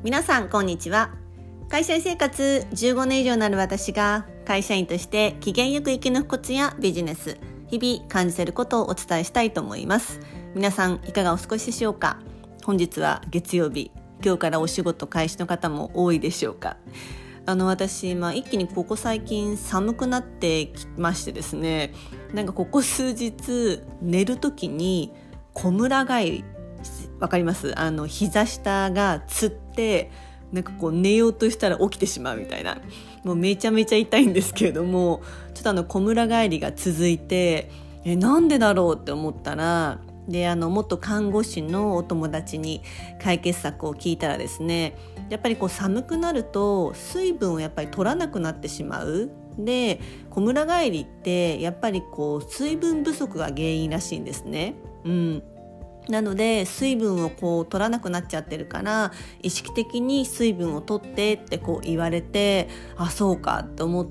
皆さんこんにちは。会社員生活15年以上になる私が会社員として機嫌よく生き抜くコツやビジネス、日々感じていることをお伝えしたいと思います。皆さんいかがお過ごしでしょうか。本日は月曜日、今日からお仕事開始の方も多いでしょうか。私、一気にここ最近寒くなってきましてですね、ここ数日寝るときにこむら返り、わかります？膝下がつって寝ようとしたら起きてしまうみたいな、もうめちゃめちゃ痛いんですけれども、ちょっとこむら返りが続いて、なんでだろうって思ったら、で元看護師のお友達に解決策を聞いたらですね、やっぱり寒くなると水分をやっぱり取らなくなってしまう。でこむら返りってやっぱり水分不足が原因らしいんですね。なので水分を取らなくなっちゃってるから、意識的に水分を取ってって言われて、あ、そうかと思って、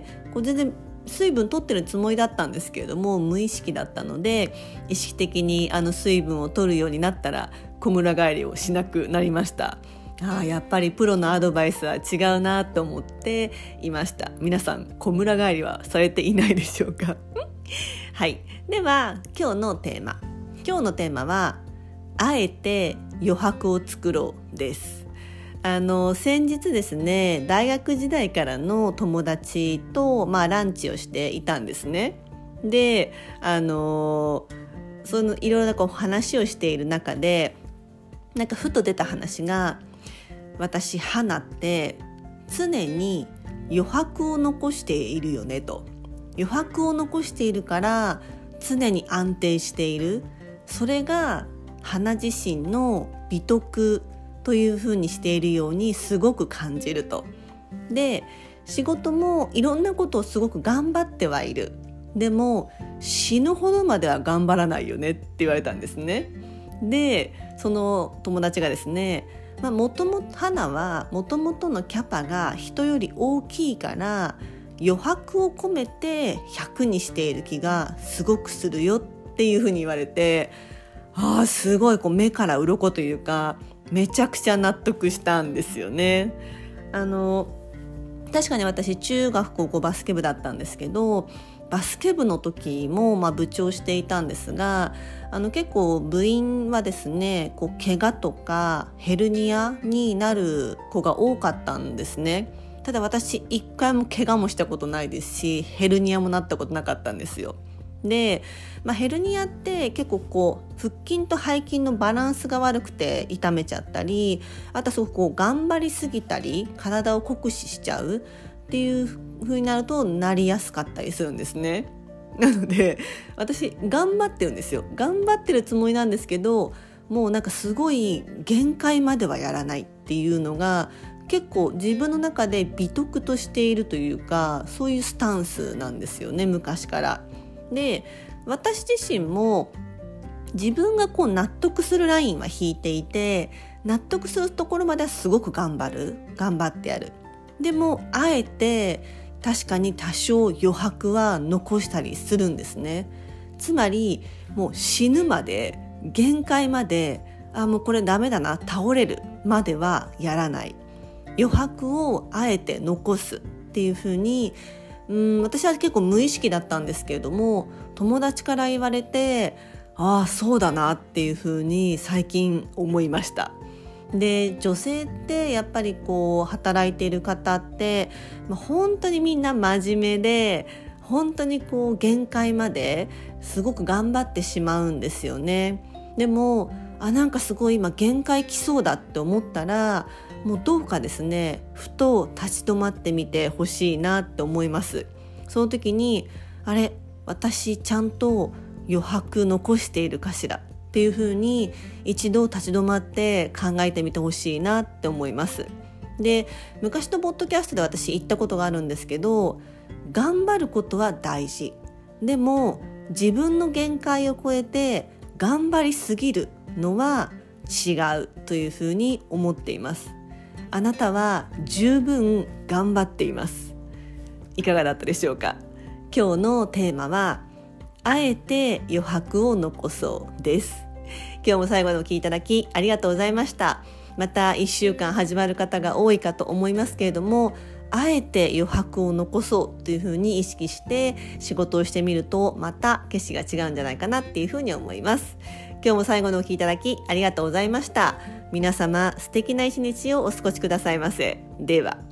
全然水分取ってるつもりだったんですけれども、無意識だったので、意識的に水分を取るようになったらこむら返りをしなくなりました。やっぱりプロのアドバイスは違うなと思っていました。皆さんこむら返りはされていないでしょうかはい、では今日のテーマはあえて余白を作ろうです。先日ですね、大学時代からの友達と、ランチをしていたんですね。でいろいろな話をしている中で、ふと出た話が、私花って常に余白を残しているよねと。余白を残しているから常に安定している。それが花自身の美徳というふうにしているようにすごく感じると。で仕事もいろんなことをすごく頑張ってはいる。でも死ぬほどまでは頑張らないよねって言われたんですね。でその友達がですね、花はもともとのキャパが人より大きいから余白を込めて100にしている気がすごくするよっていうふうに言われて、すごい目から鱗というか、めちゃくちゃ納得したんですよね。確かに私中学高校バスケ部だったんですけど、バスケ部の時も部長していたんですが、結構部員はですね、怪我とかヘルニアになる子が多かったんですね。ただ私一回も怪我もしたことないですし、ヘルニアもなったことなかったんですよ。で、ヘルニアって結構腹筋と背筋のバランスが悪くて痛めちゃったり、あとはすごく頑張りすぎたり体を酷使しちゃうっていう風になるとなりやすかったりするんですね。なので私頑張ってるんですよ。頑張ってるつもりなんですけど、もうすごい限界まではやらないっていうのが結構自分の中で美徳としているというか、そういうスタンスなんですよね、昔から。で私自身も自分が納得するラインは引いていて、納得するところまではすごく頑張ってやる。でもあえて確かに多少余白は残したりするんですね。つまりもう死ぬまで、限界まで、もうこれダメだな、倒れるまではやらない。余白をあえて残すっていう風に、私は結構無意識だったんですけれども、友達から言われて、そうだなっていう風に最近思いました。で女性ってやっぱり働いている方って、本当にみんな真面目で、本当に限界まですごく頑張ってしまうんですよね。でもすごい今限界来そうだって思ったら、もうどうかですね、ふと立ち止まってみてほしいなって思います。その時に、私ちゃんと余白残しているかしらっていう風に一度立ち止まって考えてみてほしいなって思います。で昔のポッドキャストで私言ったことがあるんですけど、頑張ることは大事。でも自分の限界を超えて頑張りすぎるのは違うというふうに思っています。あなたは十分頑張っています。いかがだったでしょうか。今日のテーマはあえて余白を残そうです。今日も最後までお聞きいただきありがとうございました。 また1週間始まる方が多いかと思いますけれども、あえて余白を残そうというふうに意識して仕事をしてみると、また景色が違うんじゃないかなっていうふうに思います。今日も最後のお聞きいただきありがとうございました。皆様素敵な一日をお過ごしくださいませ。では。